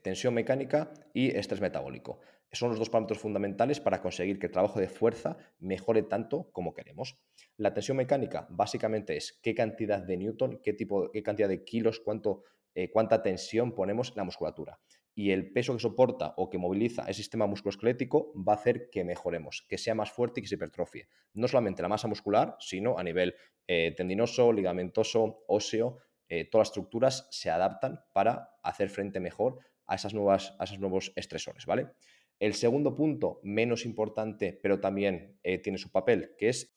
tensión mecánica y estrés metabólico. Son los dos parámetros fundamentales para conseguir que el trabajo de fuerza mejore tanto como queremos. La tensión mecánica básicamente es qué cantidad de newton, qué cantidad de kilos, cuánta tensión ponemos en la musculatura. Y el peso que soporta o que moviliza el sistema musculoesquelético va a hacer que mejoremos, que sea más fuerte y que se hipertrofie. No solamente la masa muscular, sino a nivel tendinoso, ligamentoso, óseo. Todas las estructuras se adaptan para hacer frente mejor a esos nuevos estresores, ¿vale? El segundo punto, menos importante, pero también tiene su papel, que es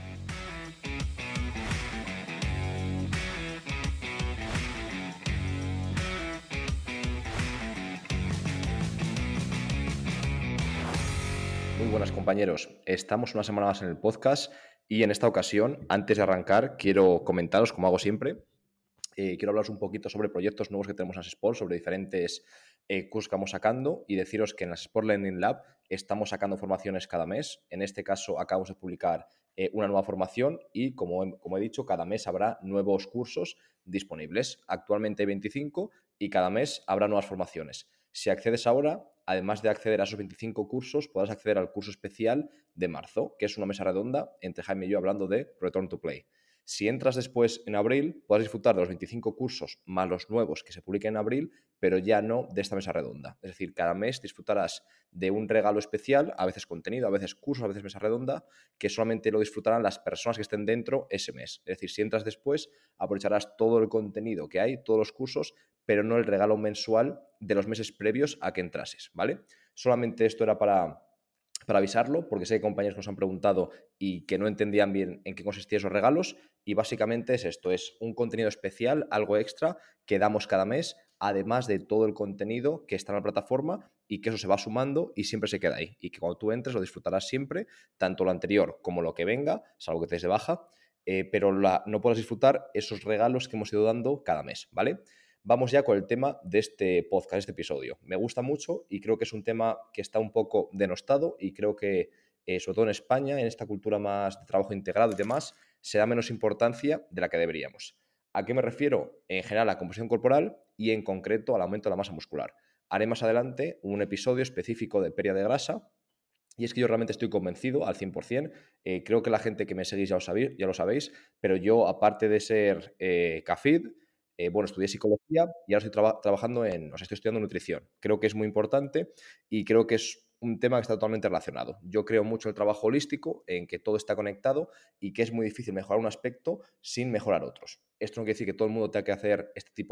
muy buenas, compañeros. Estamos una semana más en el podcast y en esta ocasión, antes de arrancar, quiero comentaros, como hago siempre, quiero hablaros un poquito sobre proyectos nuevos que tenemos en las Sport, sobre diferentes cursos que vamos sacando y deciros que en las Sport Learning Lab estamos sacando formaciones cada mes. En este caso, acabamos de publicar una nueva formación y, como he dicho, cada mes habrá nuevos cursos disponibles. Actualmente hay 25 y cada mes habrá nuevas formaciones. Si accedes ahora, además de acceder a esos 25 cursos, podrás acceder al curso especial de marzo, que es una mesa redonda entre Jaime y yo hablando de Return to Play. Si entras después en abril, podrás disfrutar de los 25 cursos más los nuevos que se publiquen en abril, pero ya no de esta mesa redonda. Es decir, cada mes disfrutarás de un regalo especial, a veces contenido, a veces cursos, a veces mesa redonda, que solamente lo disfrutarán las personas que estén dentro ese mes. Es decir, si entras después, aprovecharás todo el contenido que hay, todos los cursos, pero no el regalo mensual de los meses previos a que entrases, ¿vale? Solamente esto era para avisarlo, porque sé que compañeros nos han preguntado y que no entendían bien en qué consistían esos regalos, y básicamente es esto, es un contenido especial, algo extra que damos cada mes, además de todo el contenido que está en la plataforma y que eso se va sumando y siempre se queda ahí, y que cuando tú entres lo disfrutarás siempre, tanto lo anterior como lo que venga, salvo que te des de baja, pero no podrás disfrutar esos regalos que hemos ido dando cada mes, ¿vale? Vamos ya con el tema de este podcast, este episodio. Me gusta mucho y creo que es un tema que está un poco denostado y creo que, sobre todo en España, en esta cultura más de trabajo integrado y demás, se da menos importancia de la que deberíamos. ¿A qué me refiero? En general a la composición corporal y en concreto al aumento de la masa muscular. Haré más adelante un episodio específico de pérdida de grasa y es que yo realmente estoy convencido al 100%, creo que la gente que me seguís ya lo sabéis, pero yo, aparte de ser CAFID, bueno, estudié psicología y ahora estoy trabajando estoy estudiando nutrición. Creo que es muy importante y creo que es un tema que está totalmente relacionado. Yo creo mucho en el trabajo holístico, en que todo está conectado y que es muy difícil mejorar un aspecto sin mejorar otros. Esto no quiere decir que todo el mundo tenga que hacer este tipo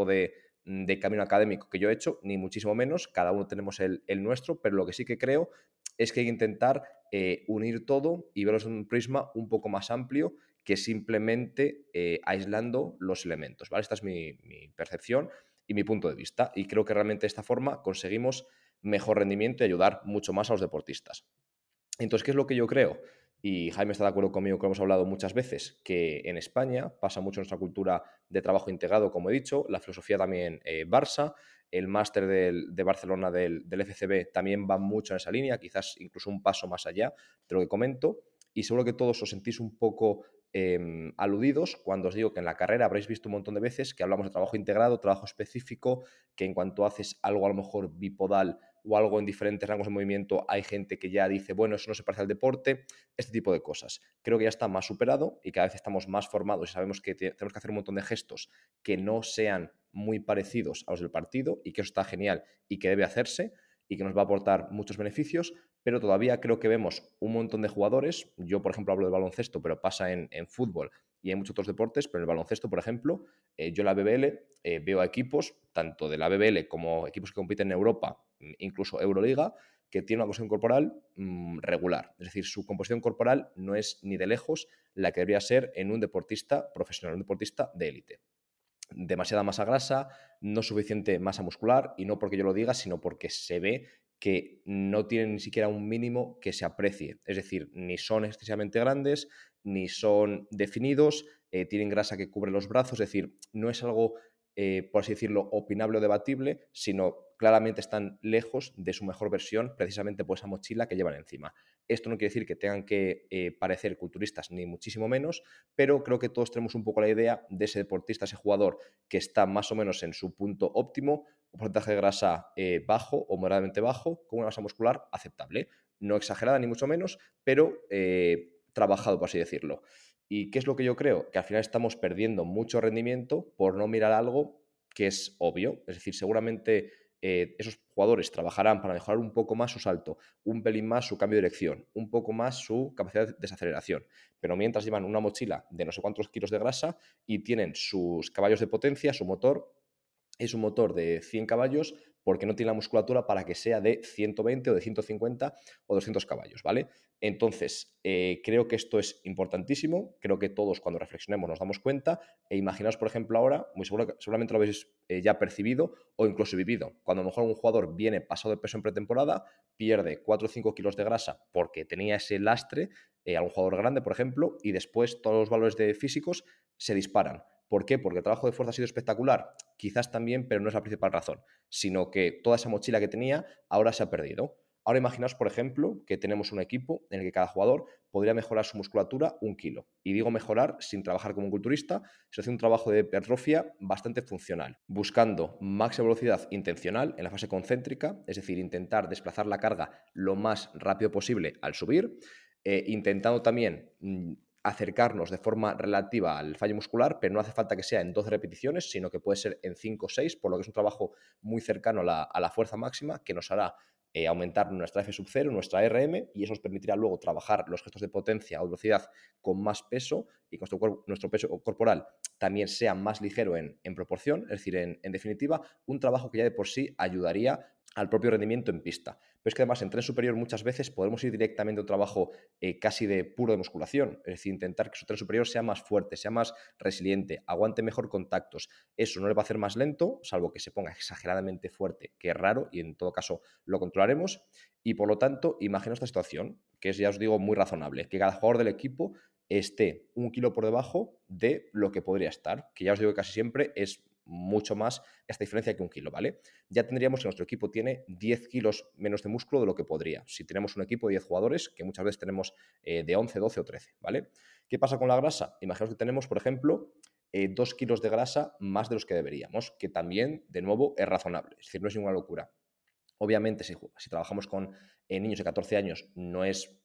de camino académico que yo he hecho, ni muchísimo menos, cada uno tenemos el nuestro, pero lo que sí que creo es que hay que intentar unir todo y verlo en un prisma un poco más amplio que simplemente aislando los elementos, ¿vale? Esta es mi percepción y mi punto de vista, y creo que realmente de esta forma conseguimos mejor rendimiento y ayudar mucho más a los deportistas. Entonces, ¿qué es lo que yo creo? Y Jaime está de acuerdo conmigo, que lo hemos hablado muchas veces, que en España pasa mucho nuestra cultura de trabajo integrado, como he dicho, la filosofía también Barça, el máster de Barcelona del FCB también va mucho en esa línea, quizás incluso un paso más allá de lo que comento, y seguro que todos os sentís un poco aludidos cuando os digo que en la carrera habréis visto un montón de veces que hablamos de trabajo integrado, trabajo específico, que en cuanto haces algo a lo mejor bipodal o algo en diferentes rangos de movimiento, hay gente que ya dice, bueno, eso no se parece al deporte, este tipo de cosas. Creo que ya está más superado y cada vez estamos más formados y sabemos que tenemos que hacer un montón de gestos que no sean muy parecidos a los del partido y que eso está genial y que debe hacerse y que nos va a aportar muchos beneficios, pero todavía creo que vemos un montón de jugadores. Yo, por ejemplo, hablo de baloncesto, pero pasa en fútbol y en muchos otros deportes, pero en el baloncesto, por ejemplo, yo en la BBL veo a equipos, tanto de la BBL como equipos que compiten en Europa, incluso Euroliga, que tienen una composición corporal regular. Es decir, su composición corporal no es ni de lejos la que debería ser en un deportista profesional, un deportista de élite. Demasiada masa grasa, no suficiente masa muscular, y no porque yo lo diga, sino porque se ve que no tienen ni siquiera un mínimo que se aprecie. Es decir, ni son excesivamente grandes, ni son definidos, tienen grasa que cubre los brazos, es decir, no es algo, por así decirlo, opinable o debatible, sino claramente están lejos de su mejor versión precisamente por esa mochila que llevan encima. Esto no quiere decir que tengan que parecer culturistas, ni muchísimo menos, pero creo que todos tenemos un poco la idea de ese deportista, ese jugador que está más o menos en su punto óptimo, un porcentaje de grasa bajo o moderadamente bajo, con una masa muscular aceptable. No exagerada ni mucho menos, pero trabajado, por así decirlo. ¿Y qué es lo que yo creo? Que al final estamos perdiendo mucho rendimiento por no mirar algo que es obvio. Es decir, seguramente esos jugadores trabajarán para mejorar un poco más su salto, un pelín más su cambio de dirección, un poco más su capacidad de desaceleración. Pero mientras llevan una mochila de no sé cuántos kilos de grasa y tienen sus caballos de potencia, su motor es un motor de 100 caballos porque no tiene la musculatura para que sea de 120 o de 150 o 200 caballos, ¿vale? Entonces, creo que esto es importantísimo, creo que todos cuando reflexionemos nos damos cuenta e imaginaos, por ejemplo, ahora, seguramente lo habéis ya percibido o incluso vivido, cuando a lo mejor un jugador viene pasado de peso en pretemporada, pierde 4 o 5 kilos de grasa porque tenía ese lastre, a un jugador grande, por ejemplo, y después todos los valores de físicos se disparan. ¿Por qué? Porque el trabajo de fuerza ha sido espectacular. Quizás también, pero no es la principal razón, sino que toda esa mochila que tenía ahora se ha perdido. Ahora imaginaos, por ejemplo, que tenemos un equipo en el que cada jugador podría mejorar su musculatura 1 kilo. Y digo mejorar sin trabajar como un culturista, se hace un trabajo de hipertrofia bastante funcional, buscando máxima velocidad intencional en la fase concéntrica, es decir, intentar desplazar la carga lo más rápido posible al subir, intentando también acercarnos de forma relativa al fallo muscular, pero no hace falta que sea en 12 repeticiones, sino que puede ser en 5 o 6, por lo que es un trabajo muy cercano a la fuerza máxima que nos hará aumentar nuestra F sub 0, nuestra RM, y eso nos permitirá luego trabajar los gestos de potencia o velocidad con más peso y que nuestro peso corporal también sea más ligero en proporción, es decir, en definitiva, un trabajo que ya de por sí ayudaría al propio rendimiento en pista. Pero es que además en tren superior muchas veces podemos ir directamente a un trabajo casi de puro de musculación, es decir, intentar que su tren superior sea más fuerte, sea más resiliente, aguante mejor contactos. Eso no le va a hacer más lento, salvo que se ponga exageradamente fuerte, que es raro y en todo caso lo controlaremos. Y por lo tanto, imagino esta situación, que es, ya os digo, muy razonable, que cada jugador del equipo esté 1 kilo por debajo de lo que podría estar, que ya os digo que casi siempre es mucho más esta diferencia que 1 kilo, ¿vale? Ya tendríamos que nuestro equipo tiene 10 kilos menos de músculo de lo que podría. Si tenemos un equipo de 10 jugadores, que muchas veces tenemos de 11, 12 o 13, ¿vale? ¿Qué pasa con la grasa? Imaginaos que tenemos, por ejemplo, 2 kilos de grasa más de los que deberíamos, que también, de nuevo, es razonable. Es decir, no es ninguna locura. Obviamente, si trabajamos con niños de 14 años, no es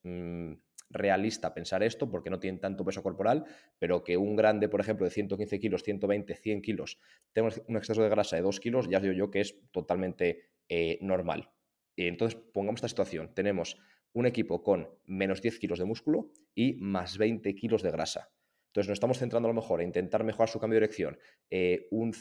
realista pensar esto porque no tienen tanto peso corporal, pero que un grande, por ejemplo, de 115 kilos, 120, 100 kilos, tenga un exceso de grasa de 2 kilos, ya os digo yo que es totalmente normal. Entonces, pongamos esta situación. Tenemos un equipo con menos 10 kilos de músculo y más 20 kilos de grasa. Entonces, nos estamos centrando a lo mejor en intentar mejorar su cambio de dirección un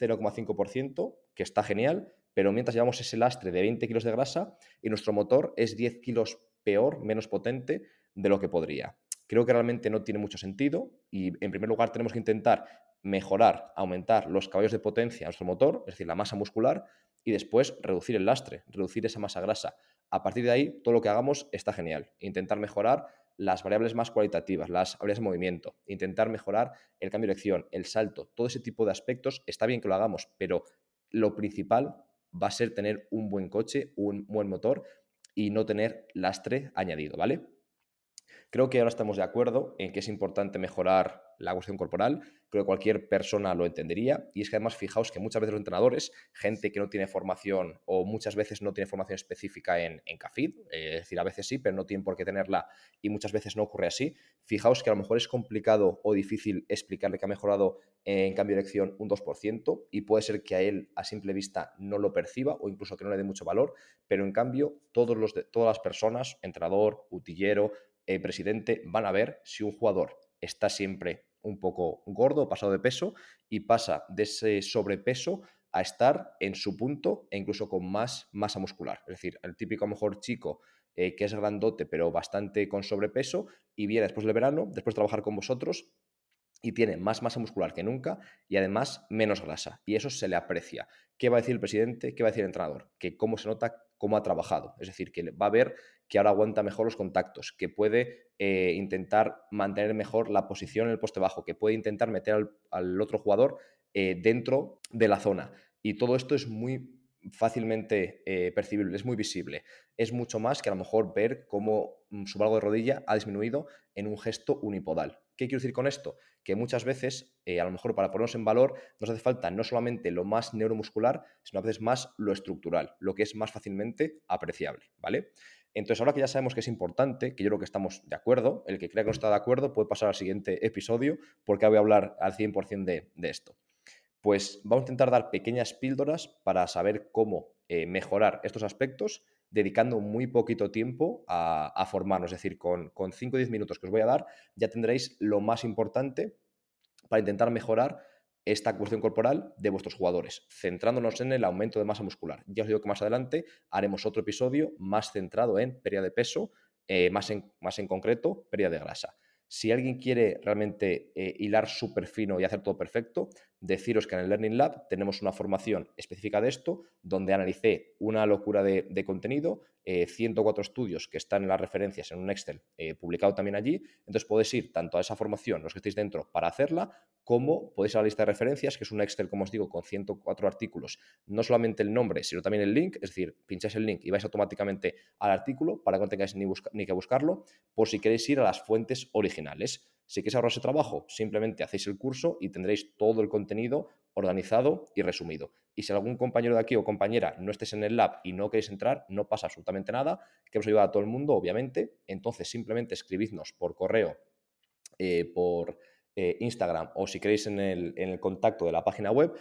0,5%, que está genial, pero mientras llevamos ese lastre de 20 kilos de grasa y nuestro motor es 10 kilos peor, menos potente de lo que podría. Creo que realmente no tiene mucho sentido y en primer lugar tenemos que intentar mejorar, aumentar los caballos de potencia de nuestro motor, es decir, la masa muscular, y después reducir el lastre, reducir esa masa grasa. A partir de ahí, todo lo que hagamos está genial. Intentar mejorar las variables más cualitativas, las variables de movimiento, intentar mejorar el cambio de dirección, el salto, todo ese tipo de aspectos, está bien que lo hagamos, pero lo principal va a ser tener un buen coche, un buen motor y no tener lastre añadido, ¿vale? Creo que ahora estamos de acuerdo en que es importante mejorar la cuestión corporal. Creo que cualquier persona lo entendería. Y es que además fijaos que muchas veces los entrenadores, gente que no tiene formación o muchas veces no tiene formación específica en CAFID, es decir, a veces sí, pero no tienen por qué tenerla y muchas veces no ocurre así. Fijaos que a lo mejor es complicado o difícil explicarle que ha mejorado en cambio de dirección un 2% y puede ser que a él a simple vista no lo perciba o incluso que no le dé mucho valor, pero en cambio todas las personas, entrenador, utillero, presidente, van a ver si un jugador está siempre un poco gordo, pasado de peso, y pasa de ese sobrepeso a estar en su punto e incluso con más masa muscular. Es decir, el típico a lo mejor chico que es grandote pero bastante con sobrepeso y viene después del verano, después de trabajar con vosotros y tiene más masa muscular que nunca y además menos grasa. Y eso se le aprecia. ¿Qué va a decir el presidente? ¿Qué va a decir el entrenador? Que cómo se nota cómo ha trabajado. Es decir, que va a ver que ahora aguanta mejor los contactos, que puede intentar mantener mejor la posición en el poste bajo, que puede intentar meter al otro jugador dentro de la zona. Y todo esto es muy fácilmente percibible, es muy visible. Es mucho más que a lo mejor ver cómo su valgo de rodilla ha disminuido en un gesto unipodal. ¿Qué quiero decir con esto? Que muchas veces, a lo mejor para ponernos en valor, nos hace falta no solamente lo más neuromuscular, sino a veces más lo estructural, lo que es más fácilmente apreciable, ¿vale? Entonces, ahora que ya sabemos que es importante, que yo creo que estamos de acuerdo, el que crea que no está de acuerdo puede pasar al siguiente episodio, porque voy a hablar al 100% de esto. Pues vamos a intentar dar pequeñas píldoras para saber cómo mejorar estos aspectos, dedicando muy poquito tiempo a formarnos. Es decir, con 5 o 10 minutos que os voy a dar, ya tendréis lo más importante para intentar mejorar esta cuestión corporal de vuestros jugadores, centrándonos en el aumento de masa muscular. Ya os digo que más adelante haremos otro episodio más centrado en pérdida de peso, más en concreto, pérdida de grasa. Si alguien quiere realmente hilar súper fino y hacer todo perfecto, deciros que en el Learning Lab tenemos una formación específica de esto, donde analicé una locura de contenido, 104 estudios que están en las referencias en un Excel publicado también allí. Entonces podéis ir tanto a esa formación, los que estéis dentro, para hacerla, como podéis ir a la lista de referencias, que es un Excel, como os digo, con 104 artículos, no solamente el nombre, sino también el link, es decir, pincháis el link y vais automáticamente al artículo para que no tengáis ni que buscarlo, por si queréis ir a las fuentes originales. Si queréis ahorrar ese trabajo, simplemente hacéis el curso y tendréis todo el contenido organizado y resumido. Y si algún compañero de aquí o compañera no estéis en el lab y no queréis entrar, no pasa absolutamente nada, que hemos ayudado a todo el mundo, obviamente. Entonces, simplemente escribidnos por correo, por Instagram, o si queréis en el contacto de la página web,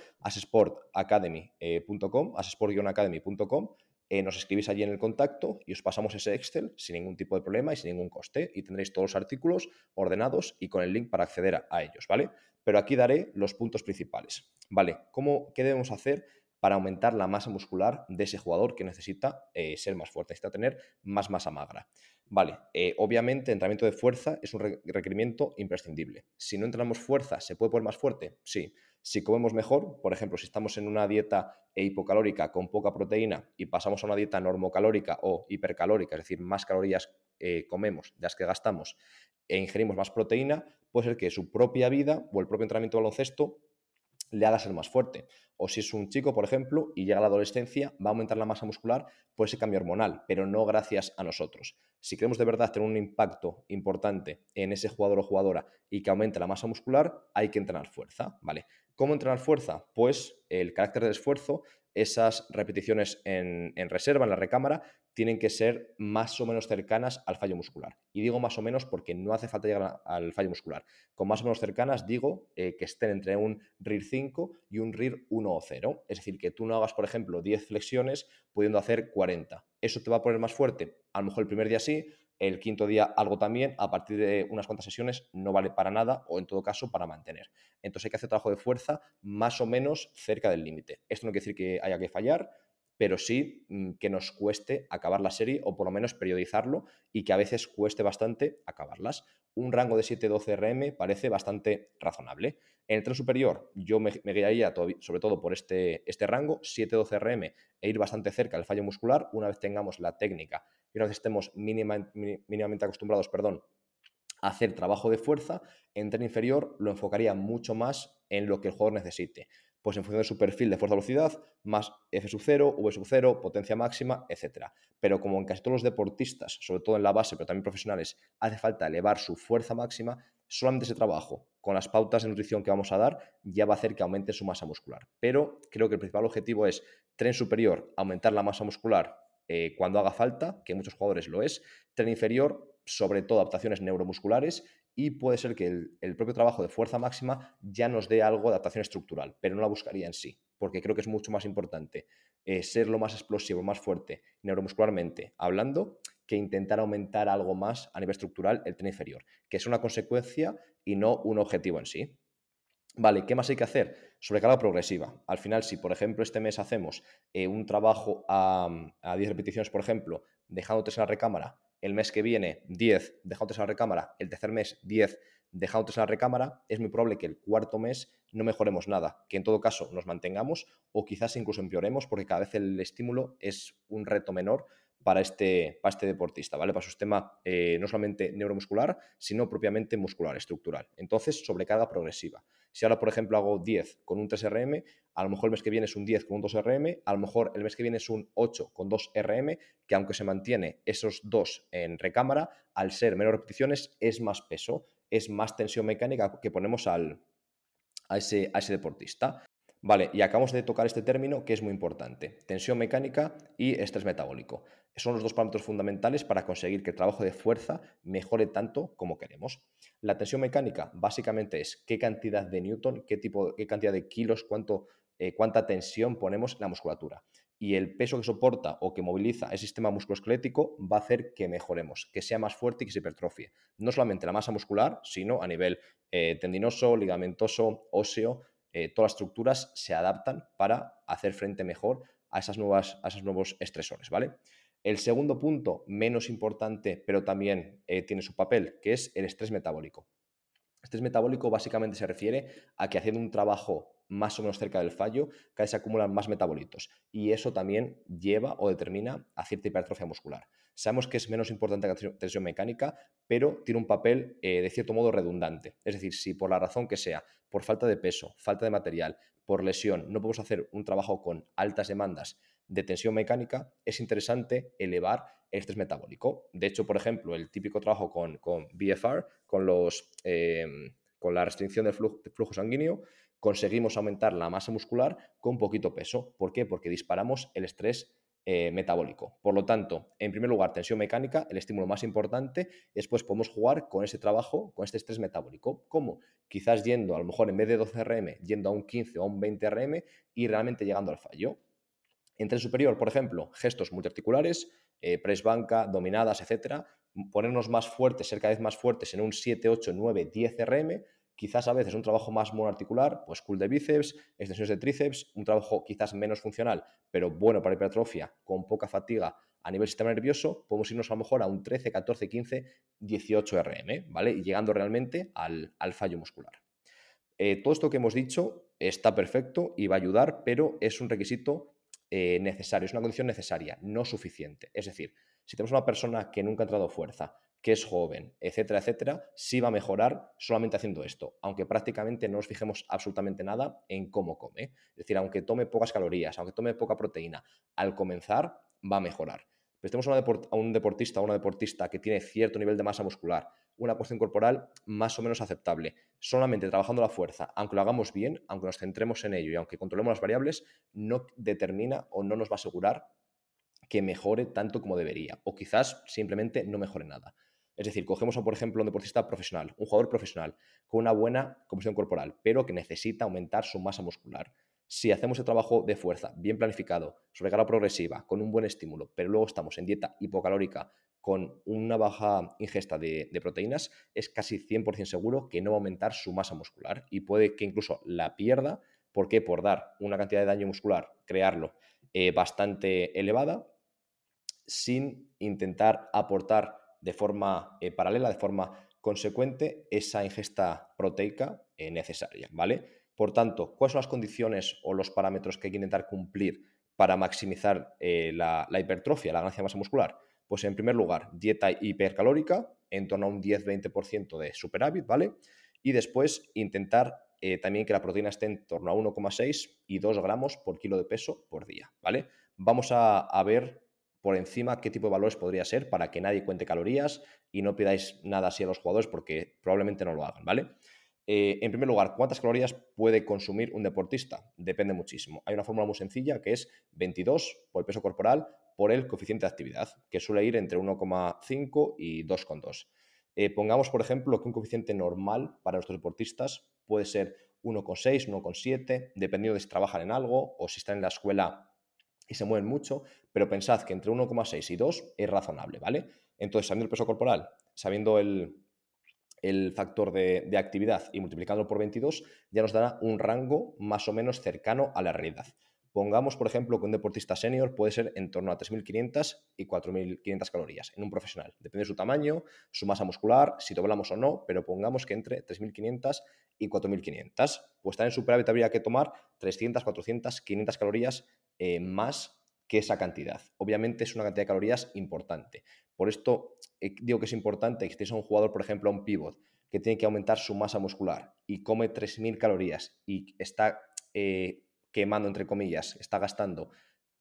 assportacademy.com, assport-academy.com. Nos escribís allí en el contacto y os pasamos ese Excel sin ningún tipo de problema y sin ningún coste, y tendréis todos los artículos ordenados y con el link para acceder a ellos, ¿vale? Pero aquí daré los puntos principales, ¿vale? ¿Qué debemos hacer para aumentar la masa muscular de ese jugador que necesita ser más fuerte, necesita tener más masa magra? Vale, obviamente entrenamiento de fuerza es un requerimiento imprescindible. Si no entrenamos fuerza, ¿se puede poner más fuerte? Sí. Si comemos mejor, por ejemplo, si estamos en una dieta hipocalórica con poca proteína y pasamos a una dieta normocalórica o hipercalórica, es decir, más calorías comemos de las que gastamos e ingerimos más proteína, puede ser que su propia vida o el propio entrenamiento de baloncesto le haga ser más fuerte. O si es un chico, por ejemplo, y llega a la adolescencia, va a aumentar la masa muscular por ese cambio hormonal, pero no gracias a nosotros. Si queremos de verdad tener un impacto importante en ese jugador o jugadora y que aumente la masa muscular, hay que entrenar fuerza, ¿vale? ¿Cómo entrenar fuerza? Pues el carácter del esfuerzo, esas repeticiones en reserva, en la recámara, tienen que ser más o menos cercanas al fallo muscular. Y digo más o menos porque no hace falta llegar al fallo muscular. Con más o menos cercanas digo que estén entre un RIR 5 y un RIR 1 o 0. Es decir, que tú no hagas, por ejemplo, 10 flexiones pudiendo hacer 40. ¿Eso te va a poner más fuerte? A lo mejor el primer día sí, el quinto día algo también, a partir de unas cuantas sesiones no vale para nada o en todo caso para mantener. Entonces hay que hacer trabajo de fuerza más o menos cerca del límite. Esto no quiere decir que haya que fallar, pero sí que nos cueste acabar la serie o por lo menos periodizarlo y que a veces cueste bastante acabarlas. Un rango de 7-12 RM parece bastante razonable. En el tren superior yo me guiaría sobre todo por este rango, 7-12 RM, e ir bastante cerca del fallo muscular una vez tengamos la técnica y una vez estemos mínimamente acostumbrados, a hacer trabajo de fuerza. En tren inferior lo enfocaría mucho más en lo que el jugador necesite. Pues en función de su perfil de fuerza-velocidad, más F sub 0, V sub 0, potencia máxima, etcétera. Pero como en casi todos los deportistas, sobre todo en la base, pero también profesionales, hace falta elevar su fuerza máxima, solamente ese trabajo, con las pautas de nutrición que vamos a dar, ya va a hacer que aumente su masa muscular. Pero creo que el principal objetivo es tren superior, aumentar la masa muscular cuando haga falta, que en muchos jugadores lo es. Tren inferior, sobre todo adaptaciones neuromusculares, y puede ser que el propio trabajo de fuerza máxima ya nos dé algo de adaptación estructural, pero no la buscaría en sí, porque creo que es mucho más importante ser lo más explosivo, más fuerte neuromuscularmente hablando, que intentar aumentar algo más a nivel estructural el tren inferior, que es una consecuencia y no un objetivo en sí. Vale, ¿qué más hay que hacer? Sobrecarga progresiva. Al final, si por ejemplo este mes hacemos un trabajo a 10 repeticiones, por ejemplo, dejándote en la recámara, el mes que viene 10, dejándote en la recámara, el tercer mes 10, dejándote en la recámara, es muy probable que el cuarto mes no mejoremos nada, que en todo caso nos mantengamos o quizás incluso empeoremos porque cada vez el estímulo es un reto menor para este deportista, ¿vale? Para su sistema no solamente neuromuscular, sino propiamente muscular, estructural. Entonces, sobrecarga progresiva. Si ahora, por ejemplo, hago 10 con un 3RM, a lo mejor el mes que viene es un 10 con un 2RM, a lo mejor el mes que viene es un 8 con 2RM, que aunque se mantiene esos dos en recámara, al ser menos repeticiones es más peso, es más tensión mecánica que ponemos a ese deportista. Vale, y acabamos de tocar este término que es muy importante, tensión mecánica y estrés metabólico. Son los dos parámetros fundamentales para conseguir que el trabajo de fuerza mejore tanto como queremos. La tensión mecánica básicamente es qué cantidad de newton, qué cantidad de kilos, cuánta tensión ponemos en la musculatura. Y el peso que soporta o que moviliza el sistema musculoesquelético va a hacer que mejoremos, que sea más fuerte y que se hipertrofie. No solamente la masa muscular, sino a nivel tendinoso, ligamentoso, óseo. Todas las estructuras se adaptan para hacer frente mejor a esos nuevos estresores, ¿vale? El segundo punto, menos importante, pero también tiene su papel, que es el estrés metabólico. Estrés metabólico básicamente se refiere a que haciendo un trabajo más o menos cerca del fallo, cada vez se acumulan más metabolitos y eso también lleva o determina a cierta hipertrofia muscular. Sabemos que es menos importante que la tensión mecánica, pero tiene un papel de cierto modo redundante. Es decir, si por la razón que sea, por falta de peso, falta de material, por lesión, no podemos hacer un trabajo con altas demandas de tensión mecánica, es interesante elevar el estrés metabólico. De hecho, por ejemplo, el típico trabajo con BFR, con la restricción del flujo sanguíneo, conseguimos aumentar la masa muscular con poquito peso. ¿Por qué? Porque disparamos el estrés metabólico. Por lo tanto, en primer lugar, tensión mecánica, el estímulo más importante. Después podemos jugar con ese trabajo, con este estrés metabólico. ¿Cómo? Quizás yendo, a lo mejor en vez de 12 RM, yendo a un 15 o a un 20 RM y realmente llegando al fallo. En tren superior, por ejemplo, gestos multiarticulares, press banca, dominadas, etcétera, ponernos más fuertes, ser cada vez más fuertes en un 7, 8, 9, 10 RM, quizás a veces un trabajo más monoarticular, pues curl de bíceps, extensiones de tríceps, un trabajo quizás menos funcional, pero bueno para hipertrofia, con poca fatiga a nivel sistema nervioso, podemos irnos a lo mejor a un 13, 14, 15, 18 RM, ¿vale? Y llegando realmente al fallo muscular. Todo esto que hemos dicho está perfecto y va a ayudar, pero es un requisito necesario, es una condición necesaria, no suficiente. Es decir, si tenemos una persona que nunca ha entrado fuerza, que es joven, etcétera, etcétera, sí va a mejorar solamente haciendo esto, aunque prácticamente no nos fijemos absolutamente nada en cómo come. Es decir, aunque tome pocas calorías, aunque tome poca proteína, al comenzar va a mejorar. Pero si tenemos a un deportista o una deportista que tiene cierto nivel de masa muscular, una cuestión corporal más o menos aceptable, solamente trabajando la fuerza, aunque lo hagamos bien, aunque nos centremos en ello y aunque controlemos las variables, no determina o no nos va a asegurar que mejore tanto como debería, o quizás simplemente no mejore nada. Es decir, cogemos, por ejemplo, un deportista profesional, un jugador profesional, con una buena composición corporal, pero que necesita aumentar su masa muscular. Si hacemos el trabajo de fuerza bien planificado, sobrecarga progresiva, con un buen estímulo, pero luego estamos en dieta hipocalórica con una baja ingesta de proteínas, es casi 100% seguro que no va a aumentar su masa muscular y puede que incluso la pierda. ¿Por qué? Por dar una cantidad de daño muscular, crearlo bastante elevada, sin intentar aportar de forma paralela, de forma consecuente, esa ingesta proteica necesaria, ¿vale? Por tanto, ¿cuáles son las condiciones o los parámetros que hay que intentar cumplir para maximizar la hipertrofia, la ganancia de masa muscular? Pues en primer lugar, dieta hipercalórica, en torno a un 10-20% de superávit, ¿vale? Y después intentar también que la proteína esté en torno a 1,6 y 2 gramos por kilo de peso por día, ¿vale? Vamos a ver por encima qué tipo de valores podría ser para que nadie cuente calorías y no pidáis nada así a los jugadores porque probablemente no lo hagan, ¿vale? En primer lugar, ¿cuántas calorías puede consumir un deportista? Depende muchísimo. Hay una fórmula muy sencilla que es 22 por el peso corporal por el coeficiente de actividad, que suele ir entre 1,5 y 2,2. Pongamos, por ejemplo, que un coeficiente normal para nuestros deportistas puede ser 1,6, 1,7, dependiendo de si trabajan en algo o si están en la escuela y se mueven mucho, pero pensad que entre 1,6 y 2 es razonable, ¿vale? Entonces, sabiendo el peso corporal, sabiendo el factor de actividad y multiplicándolo por 22, ya nos dará un rango más o menos cercano a la realidad. Pongamos, por ejemplo, que un deportista senior puede ser en torno a 3.500 y 4.500 calorías en un profesional. Depende de su tamaño, su masa muscular, si doblamos o no, pero pongamos que entre 3.500 y 4.500. Pues también en superávit habría que tomar 300, 400, 500 calorías más que esa cantidad. Obviamente es una cantidad de calorías importante. Por esto digo que es importante que si tienes a un jugador, por ejemplo, a un pivot, que tiene que aumentar su masa muscular y come 3.000 calorías y está quemando, entre comillas, está gastando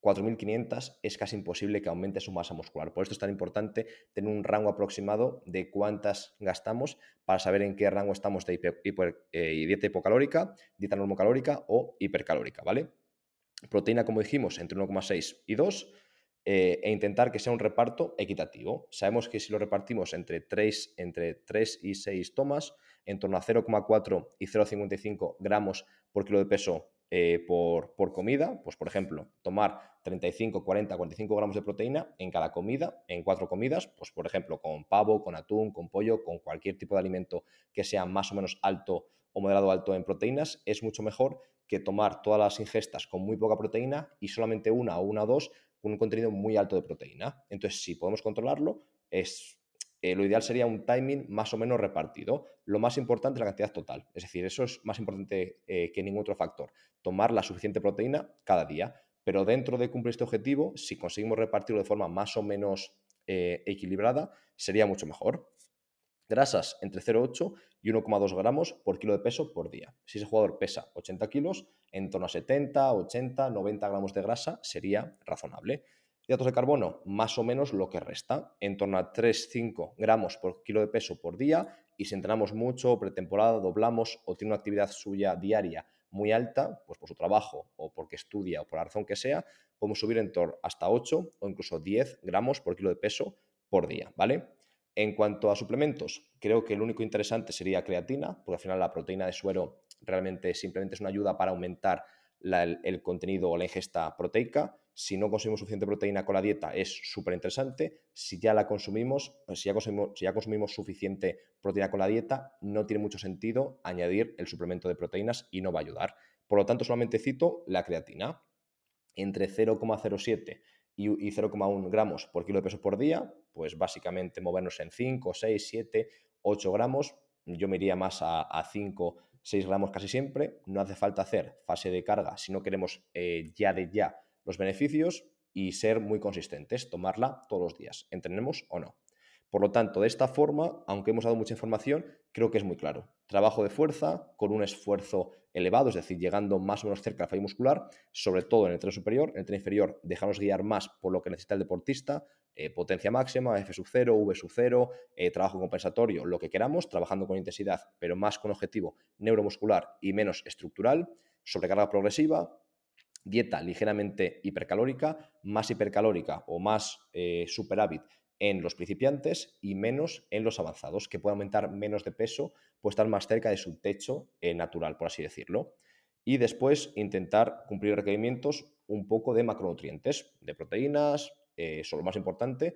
4.500, es casi imposible que aumente su masa muscular. Por esto es tan importante tener un rango aproximado de cuántas gastamos para saber en qué rango estamos de dieta hipocalórica, dieta normocalórica o hipercalórica, ¿vale? Proteína, como dijimos, entre 1,6 y 2, e intentar que sea un reparto equitativo. Sabemos que si lo repartimos entre 3 y 6 tomas, en torno a 0,4 y 0,55 gramos por kilo de peso por comida, pues por ejemplo, tomar 35, 40, 45 gramos de proteína en cada comida, en 4 comidas, pues por ejemplo, con pavo, con atún, con pollo, con cualquier tipo de alimento que sea más o menos alto o moderado alto en proteínas, es mucho mejor que tomar todas las ingestas con muy poca proteína y solamente una o dos con un contenido muy alto de proteína. Entonces, si podemos controlarlo, lo ideal sería un timing más o menos repartido. Lo más importante es la cantidad total. Es decir, eso es más importante que ningún otro factor. Tomar la suficiente proteína cada día. Pero dentro de cumplir este objetivo, si conseguimos repartirlo de forma más o menos equilibrada, sería mucho mejor. Grasas entre 0,8 y 1,2 gramos por kilo de peso por día. Si ese jugador pesa 80 kilos, en torno a 70, 80, 90 gramos de grasa sería razonable. Hidratos de carbono, más o menos lo que resta, en torno a 3-5 gramos por kilo de peso por día. Y si entrenamos mucho, pretemporada, doblamos o tiene una actividad suya diaria muy alta, pues por su trabajo o porque estudia o por la razón que sea, podemos subir en torno hasta 8 o incluso 10 gramos por kilo de peso por día, ¿vale? En cuanto a suplementos, creo que el único interesante sería creatina, porque al final la proteína de suero realmente simplemente es una ayuda para aumentar el contenido o la ingesta proteica. Si no consumimos suficiente proteína con la dieta es súper interesante. Si ya la consumimos, pues si ya consumimos suficiente proteína con la dieta, no tiene mucho sentido añadir el suplemento de proteínas y no va a ayudar. Por lo tanto, solamente cito la creatina entre 0,07 y 0,1 gramos por kilo de peso por día, pues básicamente movernos en 5, 6, 7, 8 gramos. Yo me iría más a 5, 6 gramos casi siempre. No hace falta hacer fase de carga si no queremos ya de ya los beneficios y ser muy consistentes, tomarla todos los días, entrenemos o no. Por lo tanto, de esta forma, aunque hemos dado mucha información, creo que es muy claro. Trabajo de fuerza con un esfuerzo elevado, es decir, llegando más o menos cerca al fallo muscular, sobre todo en el tren superior. En el tren inferior, dejarnos guiar más por lo que necesita el deportista, potencia máxima, F sub 0, V sub 0, trabajo compensatorio, lo que queramos, trabajando con intensidad, pero más con objetivo neuromuscular y menos estructural, sobrecarga progresiva, dieta ligeramente hipercalórica, más hipercalórica o más superávit en los principiantes y menos en los avanzados, que puede aumentar menos de peso, puede estar más cerca de su techo natural, por así decirlo. Y después intentar cumplir requerimientos un poco de macronutrientes, de proteínas, eso es lo más importante,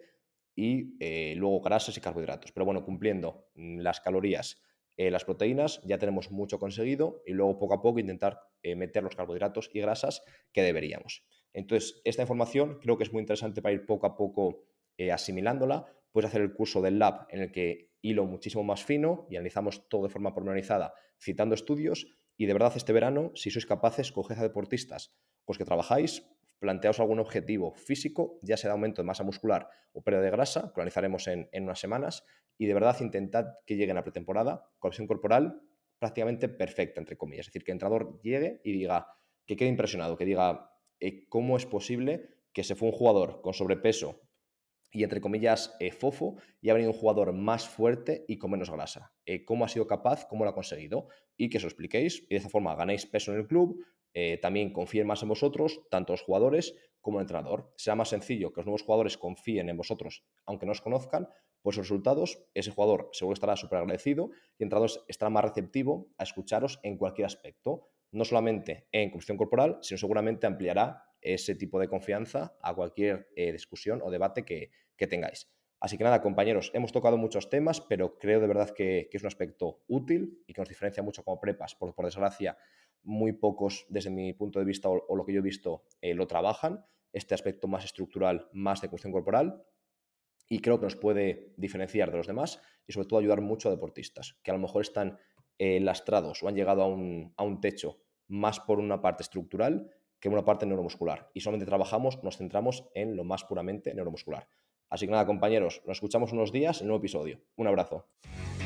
y luego grasas y carbohidratos. Pero bueno, cumpliendo las calorías, las proteínas, ya tenemos mucho conseguido y luego poco a poco intentar meter los carbohidratos y grasas que deberíamos. Entonces, esta información creo que es muy interesante para ir poco a poco asimilándola. Puedes hacer el curso del lab en el que hilo muchísimo más fino y analizamos todo de forma pormenorizada, citando estudios. Y de verdad, este verano, si sois capaces, coged a deportistas con los que trabajáis, planteaos algún objetivo físico, ya sea de aumento de masa muscular o pérdida de grasa, que lo analizaremos en unas semanas, y de verdad intentad que lleguen a pretemporada con visión corporal prácticamente perfecta, entre comillas. Es decir, que el entrenador llegue y diga, que quede impresionado, que diga cómo es posible que se fue un jugador con sobrepeso y entre comillas fofo y ha venido un jugador más fuerte y con menos grasa. ¿Cómo ha sido capaz? ¿Cómo lo ha conseguido? Y que os lo expliquéis y de esa forma ganéis peso en el club, también confíen más en vosotros, tanto los jugadores como el entrenador. Será más sencillo que los nuevos jugadores confíen en vosotros, aunque no os conozcan, pues los resultados, ese jugador seguro estará súper agradecido y el entrenador estará más receptivo a escucharos en cualquier aspecto, no solamente en construcción corporal, sino seguramente ampliará ese tipo de confianza a cualquier discusión o debate que tengáis. Así que nada, compañeros, hemos tocado muchos temas, pero creo de verdad que es un aspecto útil y que nos diferencia mucho como prepas, porque por desgracia muy pocos, desde mi punto de vista o lo que yo he visto, lo trabajan, este aspecto más estructural, más de cuestión corporal, y creo que nos puede diferenciar de los demás y sobre todo ayudar mucho a deportistas que a lo mejor están lastrados o han llegado a un techo más por una parte estructural que en una parte neuromuscular. Y solamente nos centramos en lo más puramente neuromuscular. Así que nada, compañeros, nos escuchamos unos días en un nuevo episodio. Un abrazo.